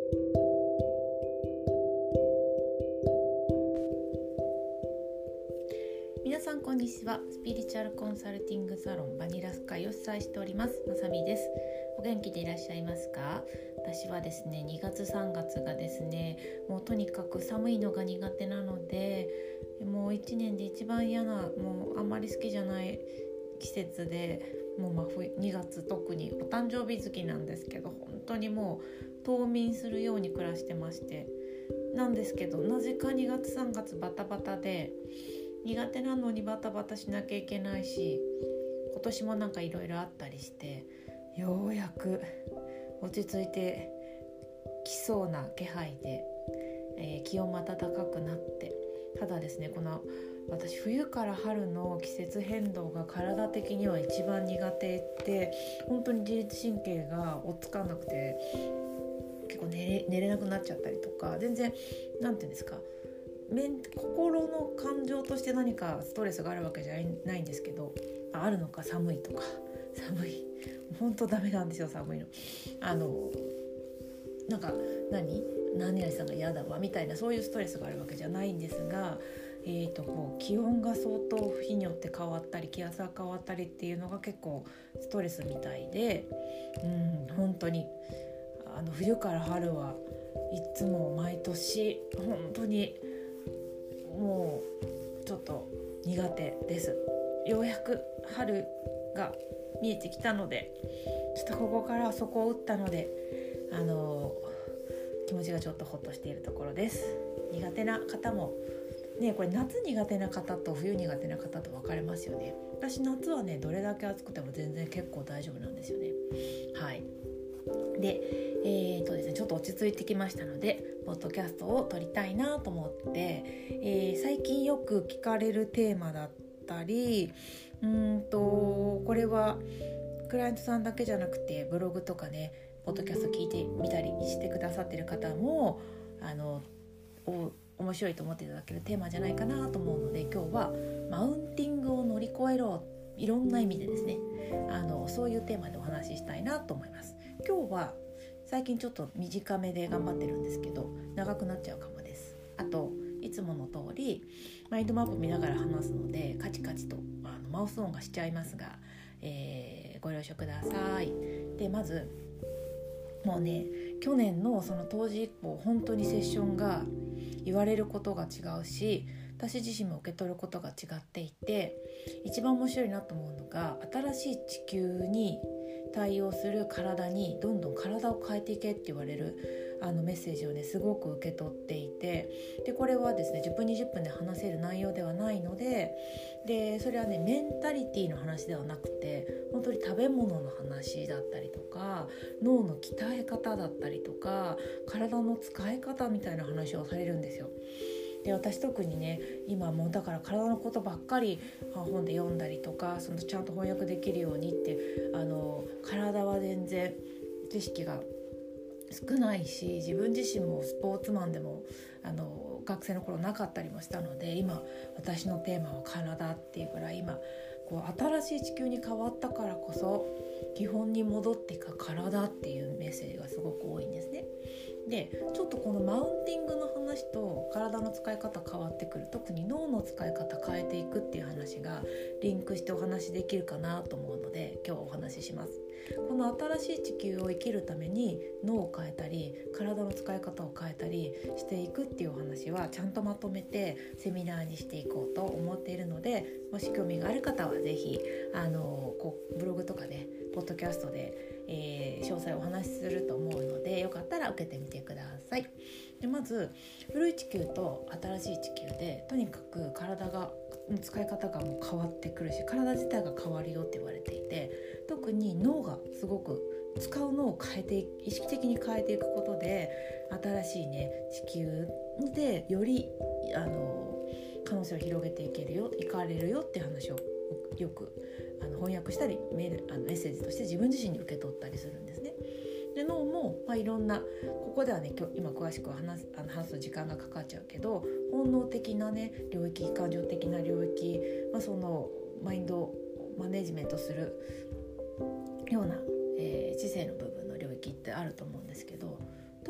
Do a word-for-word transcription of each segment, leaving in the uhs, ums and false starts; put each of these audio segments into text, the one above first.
皆さんこんにちは。スピリチュアルコンサルティングサロンバニラスカイを主催しておりますまさみです。お元気でいらっしゃいますか？私はですねにがつさんがつがですねもうとにかく寒いのが苦手なので、もういちねんで一番嫌な、もうあんまり好きじゃない季節で、もう真冬にがつ特にお誕生日月なんですけど、本当にもう冬眠するように暮らしてまして、なんですけどなぜかにがつさんがつバタバタで、苦手なのにバタバタしなきゃいけないし、今年もなんかいろいろあったりして、ようやく落ち着いてきそうな気配で、えー、気温も暖かくなって、ただですね、この私冬から春の季節変動が体的には一番苦手で、本当に自律神経が追っつかなくて結構寝れ、寝れなくなっちゃったりとか、全然なんていうんですか、心の感情として何かストレスがあるわけじゃないんですけど、あ、あるのか、寒いとか、寒い本当ダメなんですよ、寒いの。あのなんか何何々さんが嫌だわみたいな、そういうストレスがあるわけじゃないんですが、えーとこう気温が相当日によって変わったり気圧が変わったりっていうのが結構ストレスみたいで、うん本当にあの冬から春はいつも毎年本当にもうちょっと苦手です。ようやく春が見えてきたので、ちょっとここからそこを打ったので、あの気持ちがちょっとほっとしているところです。苦手な方もね、これ夏苦手な方と冬苦手な方と分かれますよね。私夏はね、どれだけ暑くても全然結構大丈夫なんですよね。はい。で、えーとですね、ちょっと落ち着いてきましたので、ポッドキャストを撮りたいなと思って、えー、最近よく聞かれるテーマだったり、うーんとこれはクライアントさんだけじゃなくて、ブログとかね、ポッドキャスト聞いてみたりしてくださってる方もあのお面白いと思っていただけるテーマじゃないかなと思うので、今日はマウンティングを乗り越えろ、いろんな意味でですね、あのそういうテーマでお話ししたいなと思います。今日は最近ちょっと短めで頑張ってるんですけど、長くなっちゃうかもです。あといつもの通りマインドマップ見ながら話すので、カチカチとあのマウス音がしちゃいますが、えー、ご了承ください。で、まずもうね、去年のその当時以降、本当にセッションが言われることが違うし、私自身も受け取ることが違っていて、一番面白いなと思うのが、新しい地球に対応する体にどんどん体を変えていけって言われるあのメッセージをね、すごく受け取っていて、でこれはですねじゅっぷんにじゅっぷんで話せる内容ではないので、でそれはねメンタリティの話ではなくて、本当に食べ物の話だったりとか、脳の鍛え方だったりとか、体の使い方みたいな話をされるんですよ。で私特にね、今もうだから体のことばっかり本で読んだりとか、そのちゃんと翻訳できるようにって、あの体は全然知識が少ないし、自分自身もスポーツマンでもあの学生の頃なかったりもしたので、今私のテーマは体っていうぐらい、今こう新しい地球に変わったからこそ基本に戻っていく体っていうメッセージがすごく多いんですね。でちょっとこのマウンティングの話と体の使い方変わってくる、特に脳の使い方変えていくっていう話がリンクしてお話できるかなと思うので、今日お話しします。この新しい地球を生きるために脳を変えたり体の使い方を変えたりしていくっていうお話はちゃんとまとめてセミナーにしていこうと思っているので、もし興味がある方はぜひあのこうブログとかね、ポッドキャストで、えー、詳細をお話しすると思うので、よかったら受けてみてください。でまず古い地球と新しい地球で、とにかく体が使い方がもう変わってくるし、体自体が変わるよって言われていて、特に脳がすごく使う脳を変えて意識的に変えていくことで、新しいね地球でよりあの可能性を広げていけるよ、いかれるよって話をよくあの翻訳したりメールあのメッセージとして自分自身に受け取ったりするんですね。で脳も、まあ、いろんな、ここではね今日今詳しく話す、あの話す時間がかかっちゃうけど、本能的なね領域、感情的な領域、まあ、そのマインドをマネジメントするような、えー、知性の部分の領域ってあると思うんですけど、特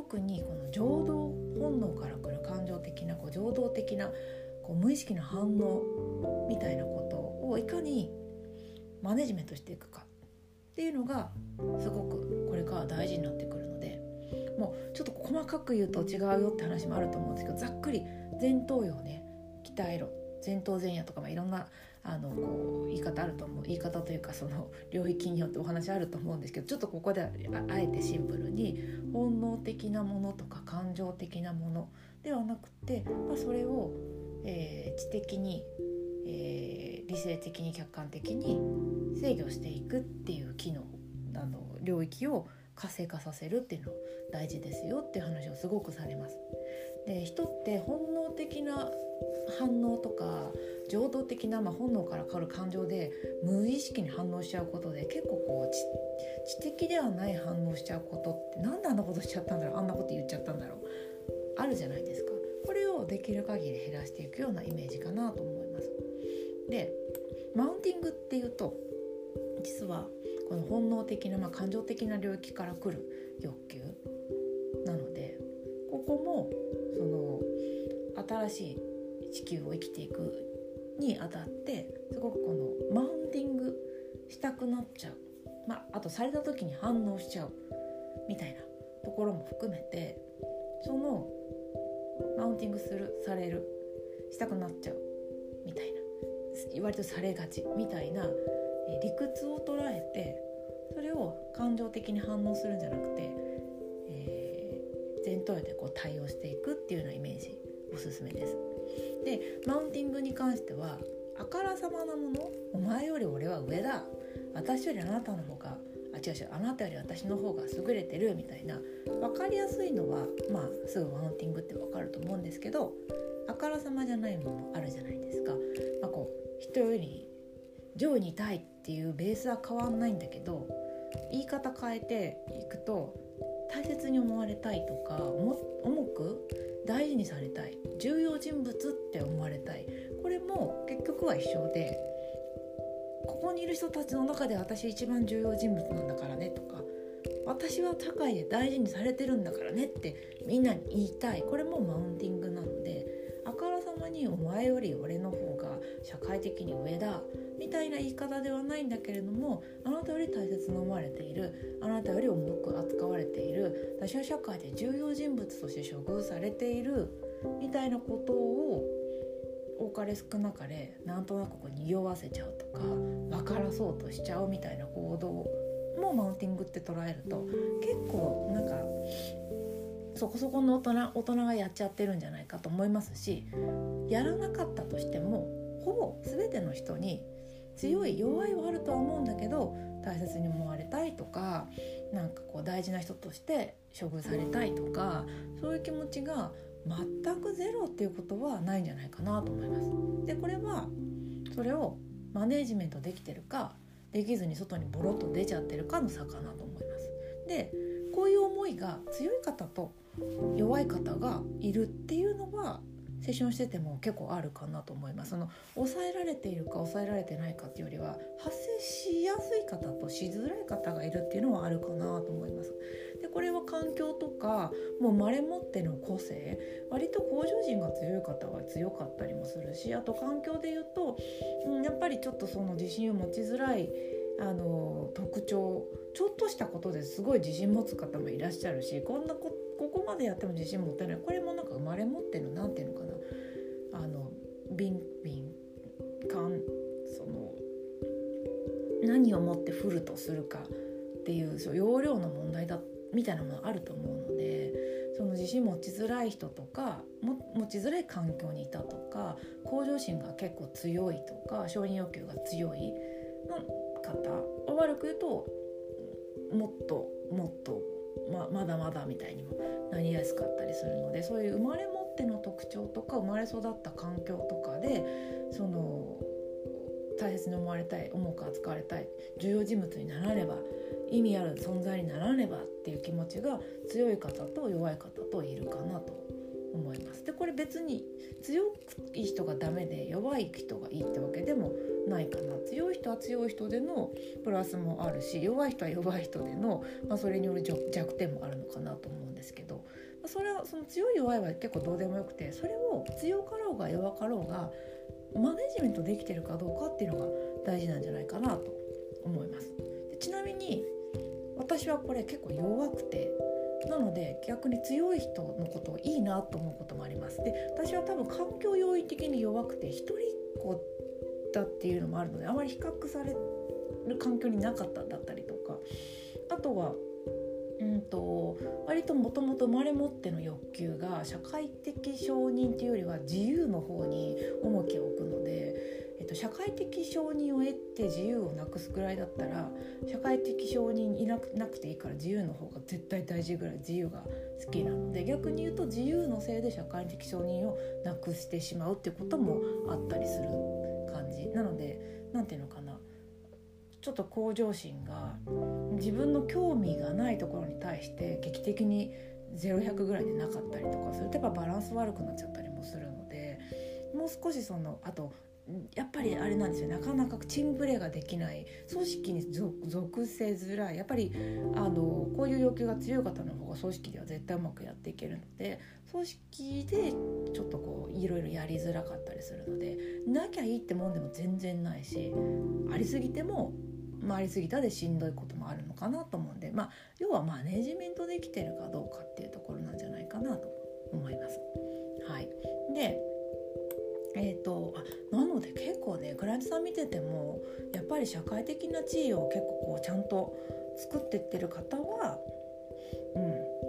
特にこの情動本能から来る感情的なこう情動的なこう無意識な反応みたいなことをいかにマネジメントしていくかっていうのがすごくこれから大事になってくるので、もうちょっと細かく言うと違うよって話もあると思うんですけど、ざっくり前頭葉をね鍛えろ、前頭前野とか、まあ、いろんなあのこう言い方あると思う、言い方というかその領域によってお話あると思うんですけど、ちょっとここでは あ, あえてシンプルに本能的なものとか感情的なものではなくて、まあ、それを、えー、知的に、えー、理性的に客観的に制御していくっていう機能、あの領域を活性化させるっていうの大事ですよっていう話をすごくされます。で、人って本能的な反応とか情動的な、まあ、本能から変わる感情で無意識に反応しちゃうことで、結構こう 知, 知的ではない反応しちゃうことって、なんであんなことしちゃったんだろう、あんなこと言っちゃったんだろう、あるじゃないですか。これをできる限り減らしていくようなイメージかなと思います。で、マウンティングっていうと実はこの本能的な、まあ、感情的な領域から来る欲求なので、ここもその新しい地球を生きていくにあたってすごくこのマウンティングしたくなっちゃう、まあ、あとされた時に反応しちゃうみたいなところも含めて、そのマウンティングする、される、したくなっちゃうみたいな、割とされがちみたいな理屈を捉えて、それを感情的に反応するんじゃなくて、えー、前頭葉でこう対応していくっていうようなイメージおすすめです。で、マウンティングに関しては、あからさまなもの、お前より俺は上だ、私よりあなたの方があ違う違うあなたより私の方が優れてるみたいな分かりやすいのは、まあすぐマウンティングって分かると思うんですけど、あからさまじゃないものもあるじゃないですか。まあ、こう人より上位にいたいっていうベースは変わんないんだけど、言い方変えていくと、大切に思われたいとか、重く大事にされたい、重要人物って思われたい、これも結局は一緒で、ここにいる人たちの中で私一番重要人物なんだからねとか、私は社会で大事にされてるんだからねってみんなに言いたい、これもマウンティングなので、あからさまにお前より俺の方が社会的に上だみたいな言い方ではないんだけれども、あなたより大切に思われている、あなたより重く扱われている、私は社会で重要人物として処遇されているみたいなことを多かれ少なかれなんとなくこう匂わせちゃうとか、分からそうとしちゃうみたいな行動もマウンティングって捉えると、結構なんかそこそこの大人大人がやっちゃってるんじゃないかと思いますし、やらなかったとしてもほぼ全ての人に強い弱いはあるとは思うんだけど、大切に思われたいとか、なんかこう大事な人として処遇されたいとか、そういう気持ちが全くゼロっていうことはないんじゃないかなと思います。で、これはそれをマネージメントできてるかできずに外にボロッと出ちゃってるかの差かなと思います。で、こういう思いが強い方と弱い方がいるっていうのはセッションしてても結構あるかなと思います。その抑えられているか抑えられてないかっていうよりは、発生しやすい方としづらい方がいるっていうのはあるかなと思います。で、これは環境とかもう生まれ持っての個性、割と向上心が強い方は強かったりもするし、あと環境で言うと、うん、やっぱりちょっとその自信を持ちづらいあの特徴、ちょっとしたことですごい自信持つ方もいらっしゃるし、こんな こ, ここまでやっても自信持ってない、これもなんか生まれ持ってのなんていうのかな、あの敏敏感、その何をもってフルとするかっていうそう容量の問題だみたいなものあると思うので、その自信持ちづらい人とかも持ちづらい環境にいたとか、向上心が結構強いとか承認欲求が強いの方、悪く言うともっともっと ま, まだまだみたいにもなりやすかったりするので、そういう生まれ持っての特徴とか生まれ育った環境とかで、その大切に思われたい、重く扱われたい、重要人物にならねば、意味ある存在にならねばっていう気持ちが強い方と弱い方といるかなと思います。で、これ別に強い人がダメで弱い人がいいってわけでもないかな。強い人は強い人でのプラスもあるし、弱い人は弱い人での、まあ、それによる弱点もあるのかなと思うんですけど、 それはその強い弱いは結構どうでもよくて、それを強かろうが弱かろうがマネジメントできてるかどうかっていうのが大事なんじゃないかなと思います。でちなみに私はこれ結構弱くて、なので逆に強い人のことをいいなと思うこともあります。で私は多分環境要因的に弱くて一人っ子だっていうのもあるので、あまり比較される環境になかったんだったりとか、あとはうんと割ともともと生まれ持っての欲求が社会的承認というよりは自由の方に重きを置くので、えっと、社会的承認を得て自由をなくすくらいだったら社会的承認いなく、なくていいから自由の方が絶対大事ぐらい自由が好きなので、逆に言うと自由のせいで社会的承認をなくしてしまうっていうこともあったりする感じなので、なんていうのかな、ちょっと向上心が自分の興味がないところに対して劇的にゼロひゃくぐらいでなかったりとかするとやっぱバランス悪くなっちゃったりもするので、もう少しそのあとやっぱりあれなんですよ、なかなかチームプレーができない、組織に属せづらい、やっぱりあのこういう要求が強い方の方が組織では絶対うまくやっていけるので、組織でちょっとこういろいろやりづらかったりするので、なきゃいいってもんでも全然ないし、ありすぎても回りすぎたでしんどいこともあるのかなと思うんで、まあ、要はマネジメントできてるかどうかっていうところなんじゃないかなと思います。はい、で、えーと、あなので結構ねクライアントさん見ててもやっぱり社会的な地位を結構こうちゃんと作ってってる方は、うん、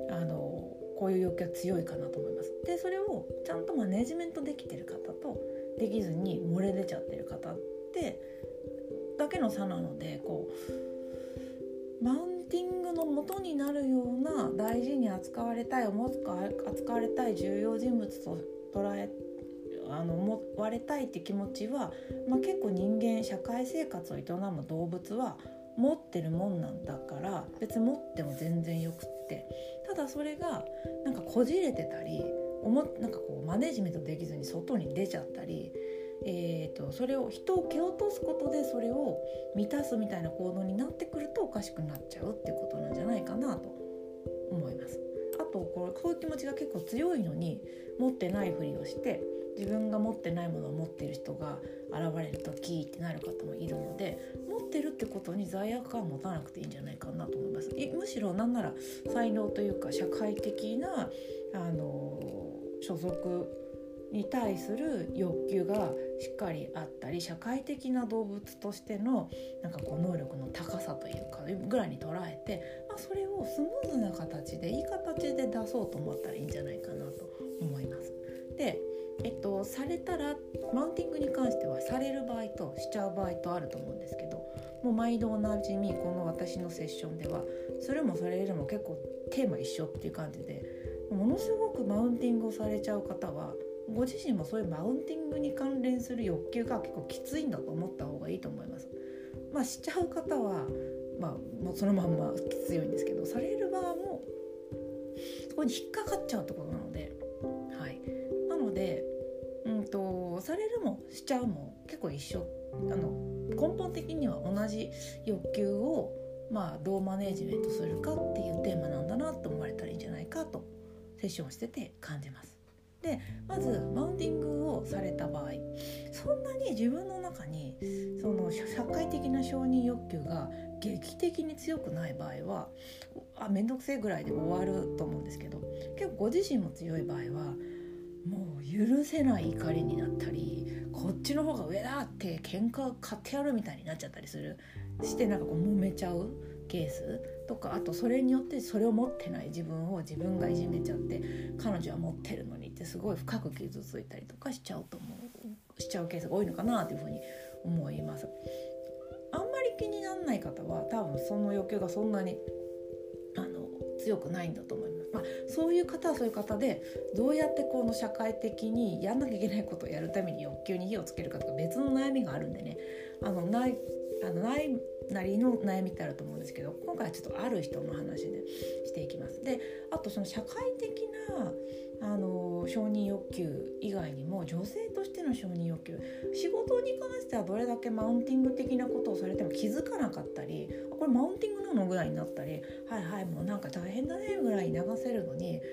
あのこういう要求は強いかなと思います。でそれをちゃんとマネジメントできてる方とできずに漏れ出ちゃってる方ってだけの差なので、こうマウンティングの元になるような大事に扱われたい思扱われたい重要人物と捉えあの思われたいって気持ちは、まあ、結構人間社会生活を営む動物は持ってるもんなんだから、別に持っても全然よくって、ただそれがなんかこじれてたりなんかこうマネジメントできずに外に出ちゃったり、えーと、それを人を蹴落とすことでそれを満たすみたいな行動になってくるとおかしくなっちゃうっていうことなんじゃないかなと思います。あとこれこういう気持ちが結構強いのに持ってないふりをして自分が持ってないものを持っている人が現れるとキーってなる方もいるので、持ってるってことに罪悪感を持たなくていいんじゃないかなと思います。むしろなんなら才能というか社会的なあの所属に対する欲求がしっかりあったり、社会的な動物としてのなんかこう能力の高さというかぐらいに捉えて、まあ、それをスムーズな形でいい形で出そうと思ったらいいんじゃないかなと思います。で、えっと、されたらマウンティングに関してはされる場合としちゃう場合とあると思うんですけど、もう毎度おなじみこの私のセッションではそれもされるも結構テーマ一緒っていう感じで、ものすごくマウンティングをされちゃう方はご自身もそういうマウンティングに関連する欲求が結構きついんだと思った方がいいと思います。まあしちゃう方は、まあ、もうそのまんま強いんですけど、される側もそこに引っかかっちゃうってことなので、はい、なので、うんと、されるもしちゃうも結構一緒、あの根本的には同じ欲求を、まあ、どうマネージメントするかっていうテーマなんだなと思われたらいいんじゃないかとセッションをしてて感じます。でまずマウンティングをされた場合、そんなに自分の中にその社会的な承認欲求が劇的に強くない場合はあめんどくせえぐらいで終わると思うんですけど、結構ご自身も強い場合はもう許せない怒りになったり、こっちの方が上だって喧嘩買ってやるみたいになっちゃったりするしてなんかこう揉めちゃうケースとか、あとそれによってそれを持ってない自分を自分がいじめちゃって彼女は持ってるのにってすごい深く傷ついたりとかしちゃうと思うしちゃうケースが多いのかなというふうに思います。あんまり気にならない方は多分その欲求がそんなにあの強くないんだと思います。まあ、そういう方はそういう方でどうやってこの社会的にやんなきゃいけないことをやるために欲求に火をつけるかとか別の悩みがあるんでね、あのないあのないなりの悩みってあると思うんですけど、今回はちょっとある人の話でしていきます。で、あとその社会的なあの承認欲求以外にも女性としての承認欲求、仕事に関してはどれだけマウンティング的なことをされても気づかなかったり、これマウンティングなのぐらいになったり、はいはいもうなんか大変だねぐらいに流せるのに、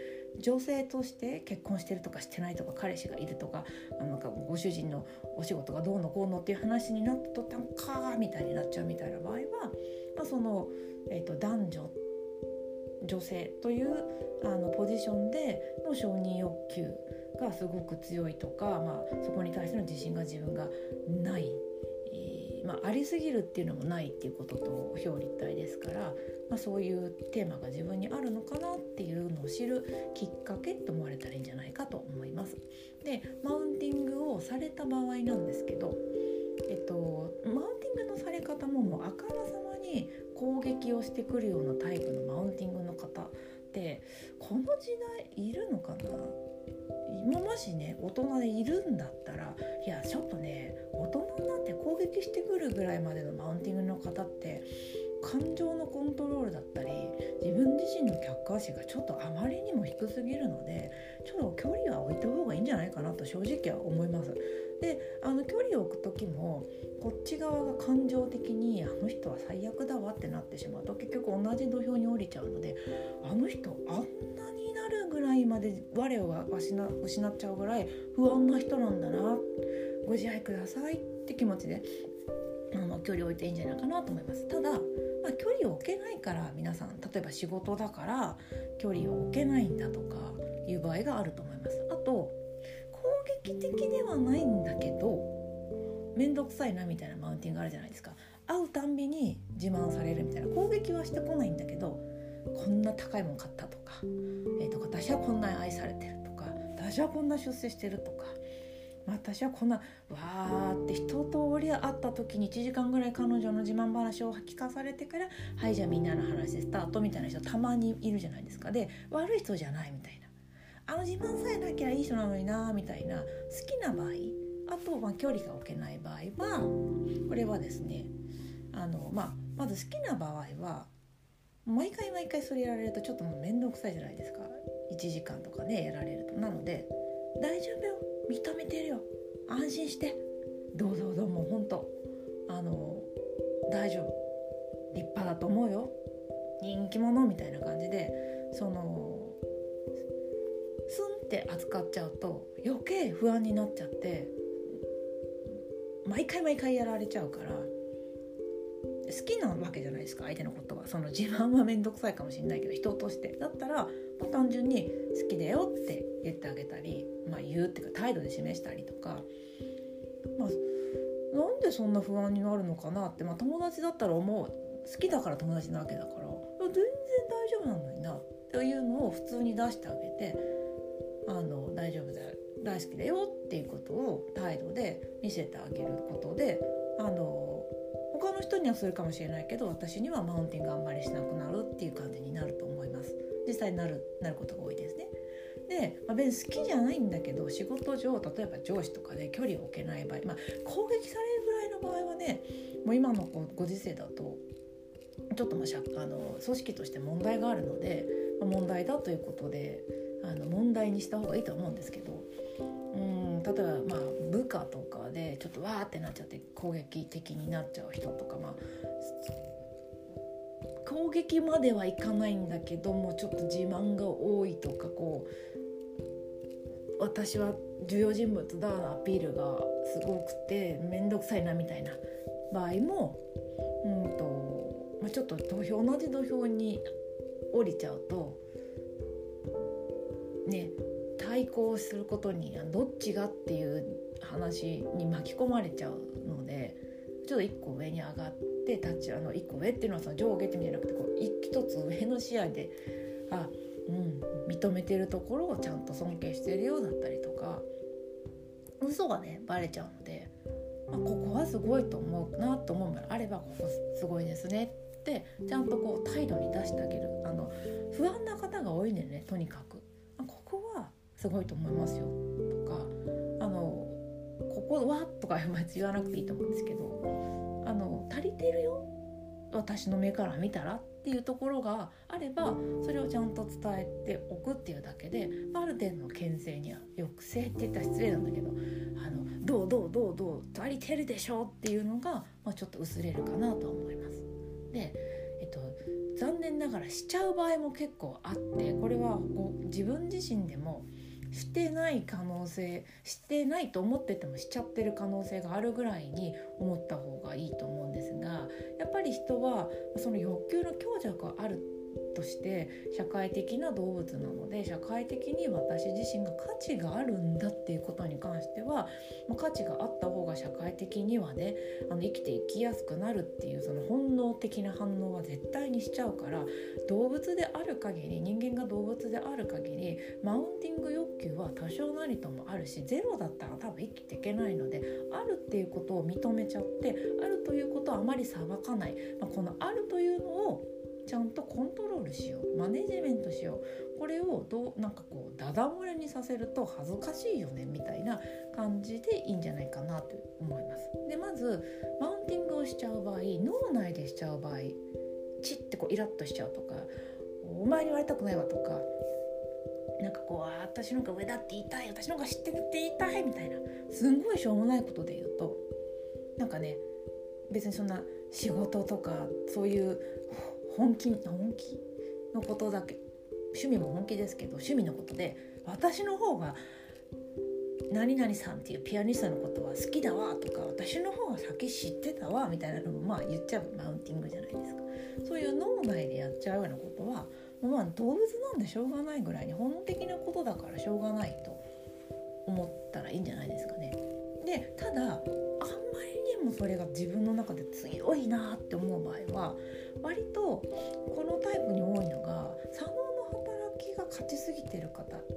女性として結婚してるとかしてないとか彼氏がいるとか、なんかご主人のお仕事がどうのこうのっていう話になった途端カーみたいになっちゃうみたいな場合は、まあ、その、えーと、男女女性というあのポジションでの承認欲求がすごく強いとか、まあ、そこに対しての自信が自分がない、えーまあ、ありすぎるっていうのもないっていうことと表裏一体ですから、まあ、そういうテーマが自分にあるのかなっていうのを知るきっかけと思われたらいいんじゃないかと思います。で、マウンティングをされた場合なんですけど、えっと、マウンティングのされ方ももうあからさまに攻撃をしてくるようなタイプのマウンティングの方ってこの時代いるのかな。今もしね大人でいるんだったら、いやちょっとね大人になって攻撃してくるぐらいまでのマウンティングの方って感情のコントロールだったり自分自身の客観視がちょっとあまりにも低すぎるので、ちょっと距離は置いた方がいいんじゃないかなと正直は思います。で、あの距離を置く時もこっち側が感情的にあの人は最悪だわってなってしまうと結局同じ土俵に降りちゃうので、あの人あんなになるぐらいまで我を失っちゃうぐらい不安な人なんだな、ご自愛くださいって気持ちであの距離を置いていいんじゃないかなと思います。ただ、まあ、距離を置けないから皆さん例えば仕事だから距離を置けないんだとかいう場合があると思います。あと攻撃的ではないんだけどめんどくさいなみたいなマウンティングあるじゃないですか。会うたんびに自慢されるみたいな、攻撃はしてこないんだけどこんな高いもん買ったとか、えー、とか私はこんなに愛されてるとか、私はこんな出世してるとか、私はこんなわーって一通り会った時にいちじかんぐらい彼女の自慢話を聞かされてから、はいじゃあみんなの話でスタートみたいな人たまにいるじゃないですか。で、悪い人じゃないみたいな、あの自慢さえなきゃいい人なのになみたいな好きな場合、あと、まあ、距離が置けない場合はこれはですね、あの、まあ、まず好きな場合は毎回毎回それやられるとちょっともうめんどくさいじゃないですか。いちじかんとかねやられると。なので大丈夫よ、認めてるよ、安心してどうぞどうも、本当あの大丈夫、立派だと思うよ、人気者みたいな感じでそのスンって扱っちゃうと余計不安になっちゃって毎回毎回やられちゃうから、好きなわけじゃないですか相手のことは。その自慢はめんどくさいかもしれないけど人としてだったら、まあ、単純に好きだよって言ってあげたり、まあ、言うっていうか態度で示したりとか、まあ、なんでそんな不安になるのかなって、まあ、友達だったら思う、好きだから友達なわけだから全然大丈夫なのになっていうのを普通に出してあげて、あの大丈夫だよ、大好きだよっていうことを態度で見せてあげることで、あの他の人にはするかもしれないけど私にはマウンティングあんまりしなくなるっていう感じになると思います。実際になる、なることが多いですね。で、まあ、別に好きじゃないんだけど仕事上例えば上司とかで距離を置けない場合、まあ、攻撃されるぐらいの場合はね、もう今のご時世だとちょっとまああの組織として問題があるので、まあ、問題だということであの問題にした方がいいと思うんですけど、うん、例えばまあ部下とかでちょっとわーってなっちゃって攻撃的になっちゃう人とか、まあ攻撃まではいかないんだけどもちょっと自慢が多いとか、こう私は重要人物だなアピールがすごくてめんどくさいなみたいな場合も、うんとまあ、ちょっと土俵同じ土俵に降りちゃうとね、対抗することにどっちがっていう話に巻き込まれちゃうので、ちょっと一個上に上がって立ちあの一個上っていうのはその上下って意味じゃなくてこう一つ上の視野であ、うん、認めてるところをちゃんと尊敬してるようだったりとか、嘘がねバレちゃうので、まあ、ここはすごいと思うなと思うのであればここすごいですねってちゃんとこう態度に出してあげる。あの不安な方が多いんでね、とにかくここはすごいと思いますよとか、あのここはとか言わなくていいと思うんですけど、あの足りてるよ私の目から見たらっていうところがあればそれをちゃんと伝えておくっていうだけで、ある程度の牽制には抑制って言ったら失礼なんだけど、あのどうどうどうどう足りてるでしょっていうのが、まあ、ちょっと薄れるかなと思います。で、えっと、 残念ながらしちゃう場合も結構あって、これはこう自分自身でもしてない可能性、してないと思っててもしちゃってる可能性があるぐらいに思った方がいいと思うんですが、やっぱり人はその欲求の強弱があるとして社会的な動物なので、社会的に私自身が価値があるんだっていうことに関しては、まあ、価値があった方が社会的にはね、あの生きていきやすくなるっていうその本能的な反応は絶対にしちゃうから、動物である限り、人間が動物である限りマウンティング欲求は多少なりともあるし、ゼロだったら多分生きていけないので、あるっていうことを認めちゃって、あるということをあまり裁かない、まあ、このあるというのをちゃんとコントロールしよう、マネジメントしよう、これをどうなんかこうダダ漏れにさせると恥ずかしいよねみたいな感じでいいんじゃないかなと思います。でまずマウンティングをしちゃう場合、脳内でしちゃう場合、チッてこうイラッとしちゃうとか、お前に言われたくないわとか、なんかこう私の方が上だって言いたい、私の方が知ってるって言いたいみたいな、すんごいしょうもないことで言うと、なんかね、別にそんな仕事とかそういう本気本気のことだけ、趣味も本気ですけど趣味のことで私の方が何々さんっていうピアニストのことは好きだわとか、私の方が先知ってたわみたいなのもまあ言っちゃうマウンティングじゃないですか。そういう脳内でやっちゃうようなことはまあ動物なんでしょうがないぐらいに本能的なことだからしょうがないと思ったらいいんじゃないですかね。でただあんまりにもそれが自分の中で強いなって思う場合は、割とこのタイプに多いのが左脳の働きが勝ちすぎてる方って、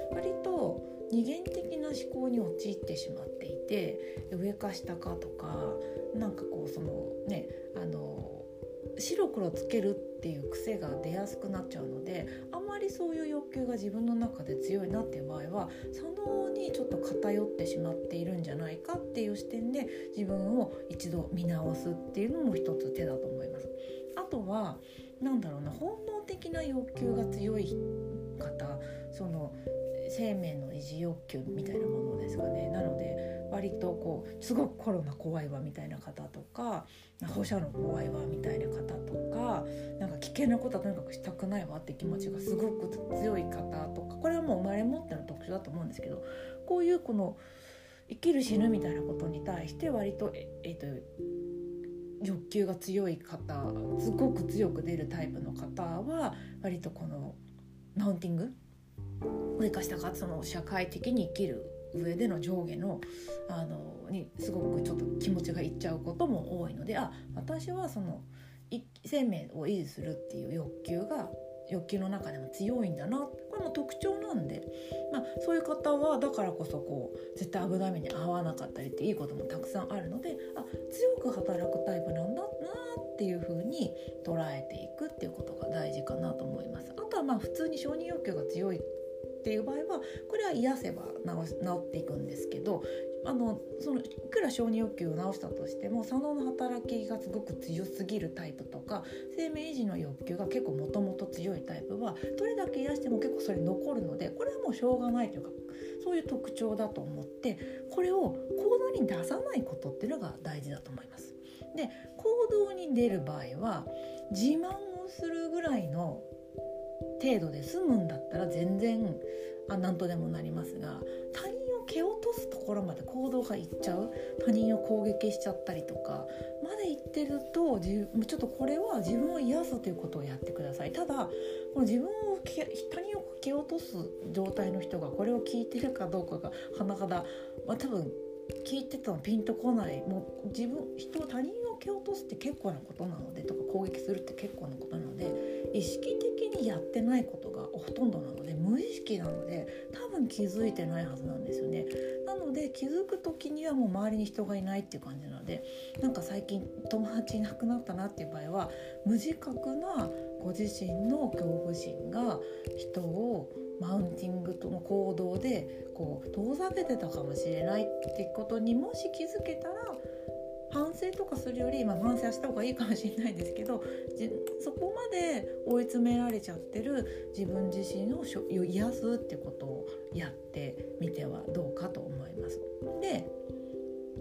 割と二元的な思考に陥ってしまっていて、上か下かとか、なんかこうそのね、あの白黒つけるっていう癖が出やすくなっちゃうので、あんまりそういう欲求が自分の中で強いなっていう場合は左脳にちょっと偏ってしまっているんじゃないかっていう視点で自分を一度見直すっていうのも一つ手だと思います。あとはなんだろうな、本能的な欲求が強い方、その生命の維持欲求みたいなものですかね。なので割とこうすごくコロナ怖いわみたいな方とか、放射能怖いわみたいな方とか、なんか危険なことはとにかくしたくないわって気持ちがすごく強い方とか、これはもう生まれ持っての特徴だと思うんですけど、こういうこの生きる死ぬみたいなことに対して割とええっと欲求が強い方、すごく強く出るタイプの方は割とこのマウンティング、上か下か、その社会的に生きる上での上下の、あのにすごくちょっと気持ちがいっちゃうことも多いので、あ、私はその生命を維持するっていう欲求が欲求の中でも強いんだな、これも特徴なんで、まあ、そういう方はだからこそこう絶対危ない目に遭わなかったりっていいこともたくさんあるので、あ、強く働くタイプなんだなっていう風に捉えていくっていうことが大事かなと思います。あとはまあ普通に承認欲求が強いっていう場合はこれは癒せば治治っていくんですけど、あのそのいくら承認欲求を治したとしても左脳の働きがすごく強すぎるタイプとか、生命維持の欲求が結構もともと強いタイプはどれだけ癒しても結構それ残るので、これはもうしょうがないというか、そういう特徴だと思って、これを行動に出さないことっていうのが大事だと思います。で、行動に出る場合は自慢をするぐらいの程度で済むんだったら全然あ何とでもなりますが、他人を蹴落とすところまで行動がいっちゃう、他人を攻撃しちゃったりとかまで言ってると、ちょっとこれは自分を癒すということをやってください。ただこの自分を他人を蹴落とす状態の人がこれを聞いてるかどうかが甚だ、まあ、多分聞いてたのピンとこない。もう自分人他人を蹴落とすって結構なことなのでとか、攻撃するって結構なことなので、意識的にやってないことがほとんどなので、無意識なので多分気づいてないはずなんですよね。なので気づく時にはもう周りに人がいないっていう感じなので、なんか最近友達いなくなったなっていう場合は、無自覚なご自身の恐怖心が人をマウンティングとの行動でこう遠ざけてたかもしれないっていうことにもし気づけたら、反省とかするより、まあ、反省はした方がいいかもしれないですけど、そこまで追い詰められちゃってる自分自身を癒すってことをやってみてはどうかと思います。で、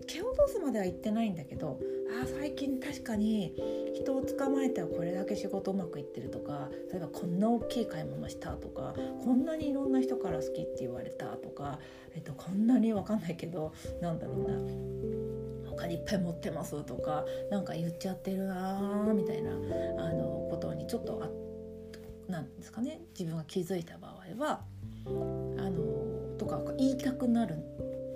蹴落とすまでは言ってないんだけど、あ最近確かに人を捕まえてはこれだけ仕事うまくいってるとか、例えばこんな大きい買い物したとか、こんなにいろんな人から好きって言われたとか、えっと、こんなに分かんないけどなんだろうな、他にいっぱい持ってますとかなんか言っちゃってるなみたいなあのことにちょっとあなんですかね、自分が気づいた場合はあのとか言いたくなる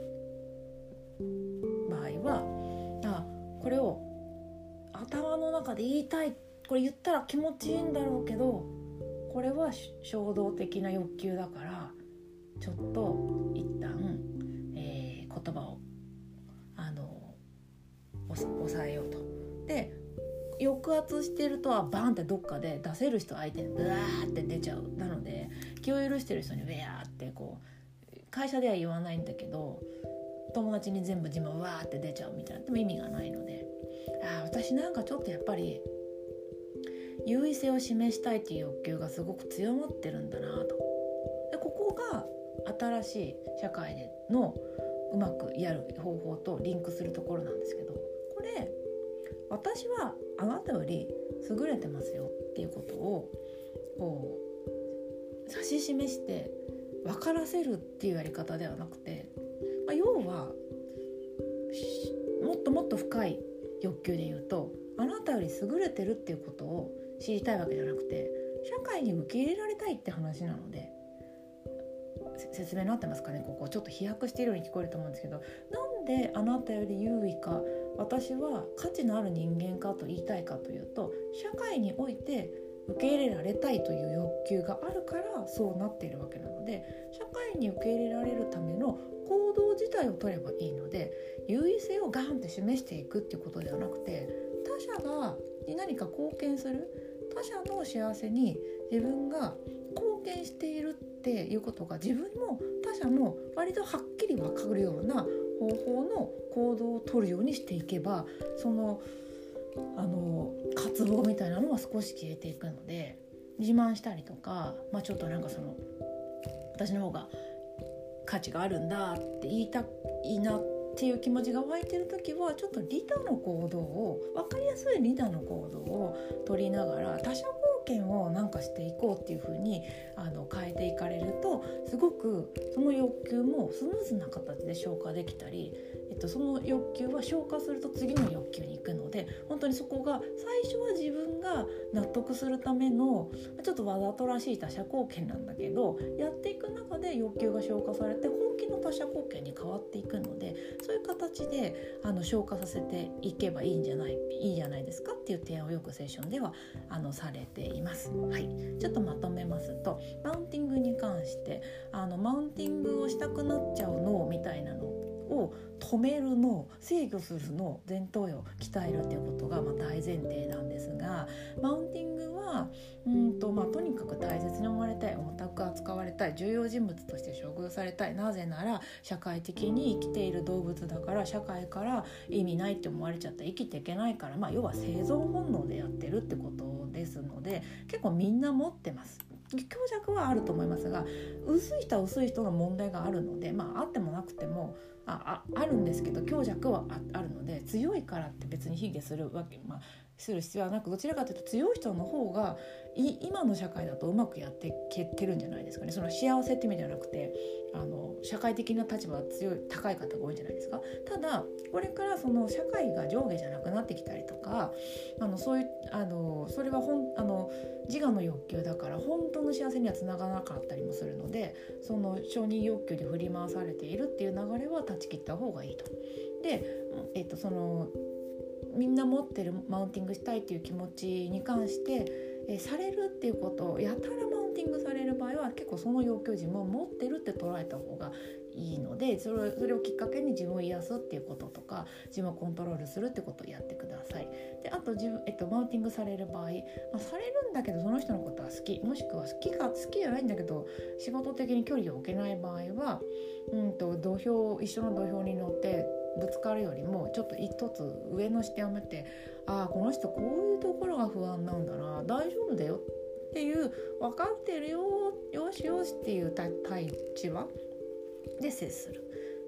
場合は、あこれを頭の中で言いたい、これ言ったら気持ちいいんだろうけどこれは衝動的な欲求だからちょっと一旦、えー、言葉をあの抑えようと。で抑圧してるとはバンってどっかで出せる人相手にブワーって出ちゃう。なので気を許してる人にウェアってこう会社では言わないんだけど友達に全部自分わーって出ちゃうみたいなでも意味がないので、あ私なんかちょっとやっぱり優位性を示したいっていう欲求がすごく強まってるんだなと。でここが新しい社会でのうまくやる方法とリンクするところなんですけど、これ私はあなたより優れてますよっていうことをこう指し示して分からせるっていうやり方ではなくて、まあ、要はもっともっと深い欲求で言うとあなたより優れてるっていうことを知りたいわけじゃなくて社会に受け入れられたいって話なので、説明になってますかね。ここちょっと飛躍しているように聞こえると思うんですけど、なんであなたより優位か私は価値のある人間かと言いたいかというと、社会において受け入れられたいという欲求があるからそうなっているわけなので、社会に受け入れられるための行動自体を取ればいいので、優位性をガンって示していくっていうことではなくて、他者がに何か貢献する、他者の幸せに自分が貢献しているっていうことが自分も他者も割とはっきり分かるような方法の行動を取るようにしていけば、そのあの渇望みたいなのは少し消えていくので、自慢したりとか、まあ、ちょっとなんかその私の方が価値があるんだって言いたいなっていう気持ちが湧いてるときは、ちょっと利他の行動を、分かりやすい利他の行動を取りながら他者貢献をなんかしていこうっていう風にあの変えていかれると、すごくその欲求もスムーズな形で消化できたり、えっと、その欲求は消化すると次の欲求に行くので、本当にそこが最初は自分が納得するためのちょっとわざとらしい他者貢献なんだけど、やっていく中で欲求が消化されて本気の他者貢献に変わっていくので、そういう形であの消化させていけばいいんじゃないいいじゃないですかっていう提案をよくセッションではあのされています。はい、ちょっとまとめますと、マウンティングに関してあのマウンティングをしたくなっちゃう脳みたいなのを止めるの、制御するの、前頭葉を鍛えるっていうことがまあ大前提なんですが、マウンティングはうんと、まあ、とにかく大切に思われたい、重たく扱われたい、重要人物として処遇されたい、なぜなら社会的に生きている動物だから、社会から意味ないって思われちゃったら生きていけないから、まあ、要は生存本能でやってるってことですので、結構みんな持ってます。強弱はあると思いますが、薄い人は薄い人の問題があるので、まああってもなくてもあ あ, あるんですけど、強弱は あ, あるので、強いからって別に卑下するわけ、まあ、する必要はなく、どちらかというと強い人の方がい今の社会だとうまくやっていけてるんじゃないですかね。その幸せって意味ではなくて、あの社会的な立場が強い高い方が多いんじゃないですか。ただこれからその社会が上下じゃなくなってきたりとか、あのそういうあのそれはほんあの自我の欲求だから本当の幸せにはつながらなかったりもするので、その承認欲求で振り回されているっていう流れは断ち切った方がいいと。で、えっと、そのみんな持ってるマウンティングしたいっていう気持ちに関してえされるっていうことをやたらマウンティングされる場合は、結構その欲求自分を持ってるって捉えた方がいいので、それ、それをきっかけに自分を癒すっていうこととか、自分をコントロールするってことをやってください。で、あと自分、えっと、マウンティングされる場合、まあ、されるんだけどその人のことは好き、もしくは好きか好きじゃないんだけど仕事的に距離を置けない場合は、うんと土俵一緒の土俵に乗ってぶつかるよりもちょっと一つ上の視点を見て、ああこの人こういうところが不安なんだな、大丈夫だよっていう、分かってるよ、よしよしっていう立場で接する。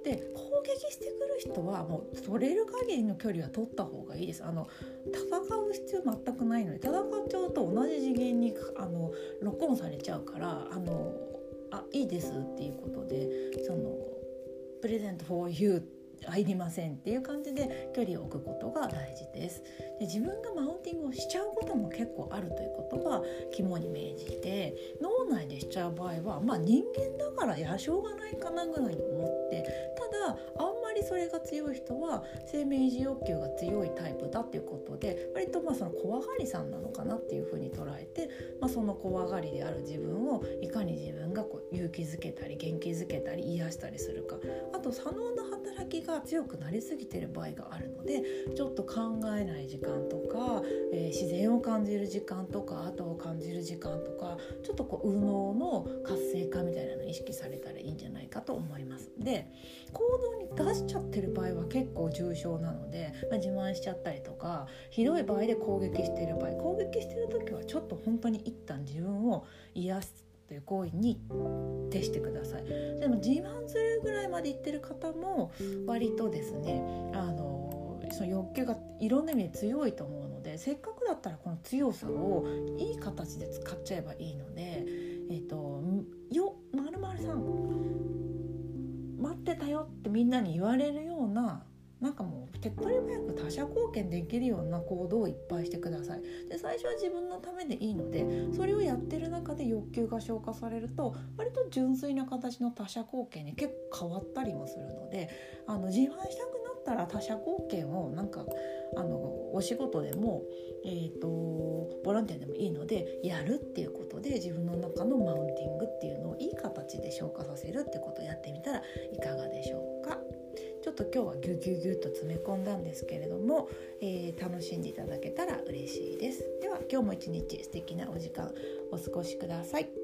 で攻撃してくる人はもう取れる限りの距離は取った方がいいです。あの戦う必要全くないので、戦っちゃうと同じ次元にあのロックオンされちゃうから、あのあいいですっていうことで、そのプレゼント for you入りませんっていう感じで距離を置くことが大事です。で自分がマウンティングをしちゃうことも結構あるということは肝に銘じて、脳内でしちゃう場合はまあ人間だからやしょうがないかなぐらいに思って、ただあんまりそれが強い人は生命維持欲求が強いタイプだっていうことで、割とまあその怖がりさんなのかなっていうふうに捉えて、まあ、その怖がりである自分をいかに自分がこう勇気づけたり元気づけたり癒したりするか、あと左脳の働きが強くなりすぎている場合があるので、ちょっと考えない時間とか、えー、自然を感じる時間とか後を感じる時間とか、ちょっとこう右脳の活性化みたいなのを意識されたらいいんじゃないかと思います。で行動に出しちゃってる場合は結構重症なので、まあ、自慢しちゃったりとか、ひどい場合で攻撃している場合、攻撃している時はちょっと本当に一旦自分を癒すという行為に徹してください。でも自慢するぐらいまでいってる方も割とですね、あのその欲求がいろんな意味で強いと思うので、せっかくだったらこの強さをいい形で使っちゃえばいいので、えっとよ〇〇さん待ってたよってみんなに言われるような、なんかもう手っ取り早く他者貢献できるような行動をいっぱいしてください。で最初は自分のためでいいので、それをやってる中で欲求が消化されると割と純粋な形の他者貢献に結構変わったりもするので、あの自慢したくなったら他者貢献をなんかあのお仕事でも、えーと、ボランティアでもいいのでやるっていうことで、自分の中のマウンティングっていうのをいい形で消化させるってことをやってみたらいかがでしょうか。ちょっと今日はギュギュギュッと詰め込んだんですけれども、えー、楽しんでいただけたら嬉しいです。では今日も一日素敵なお時間お過ごしください。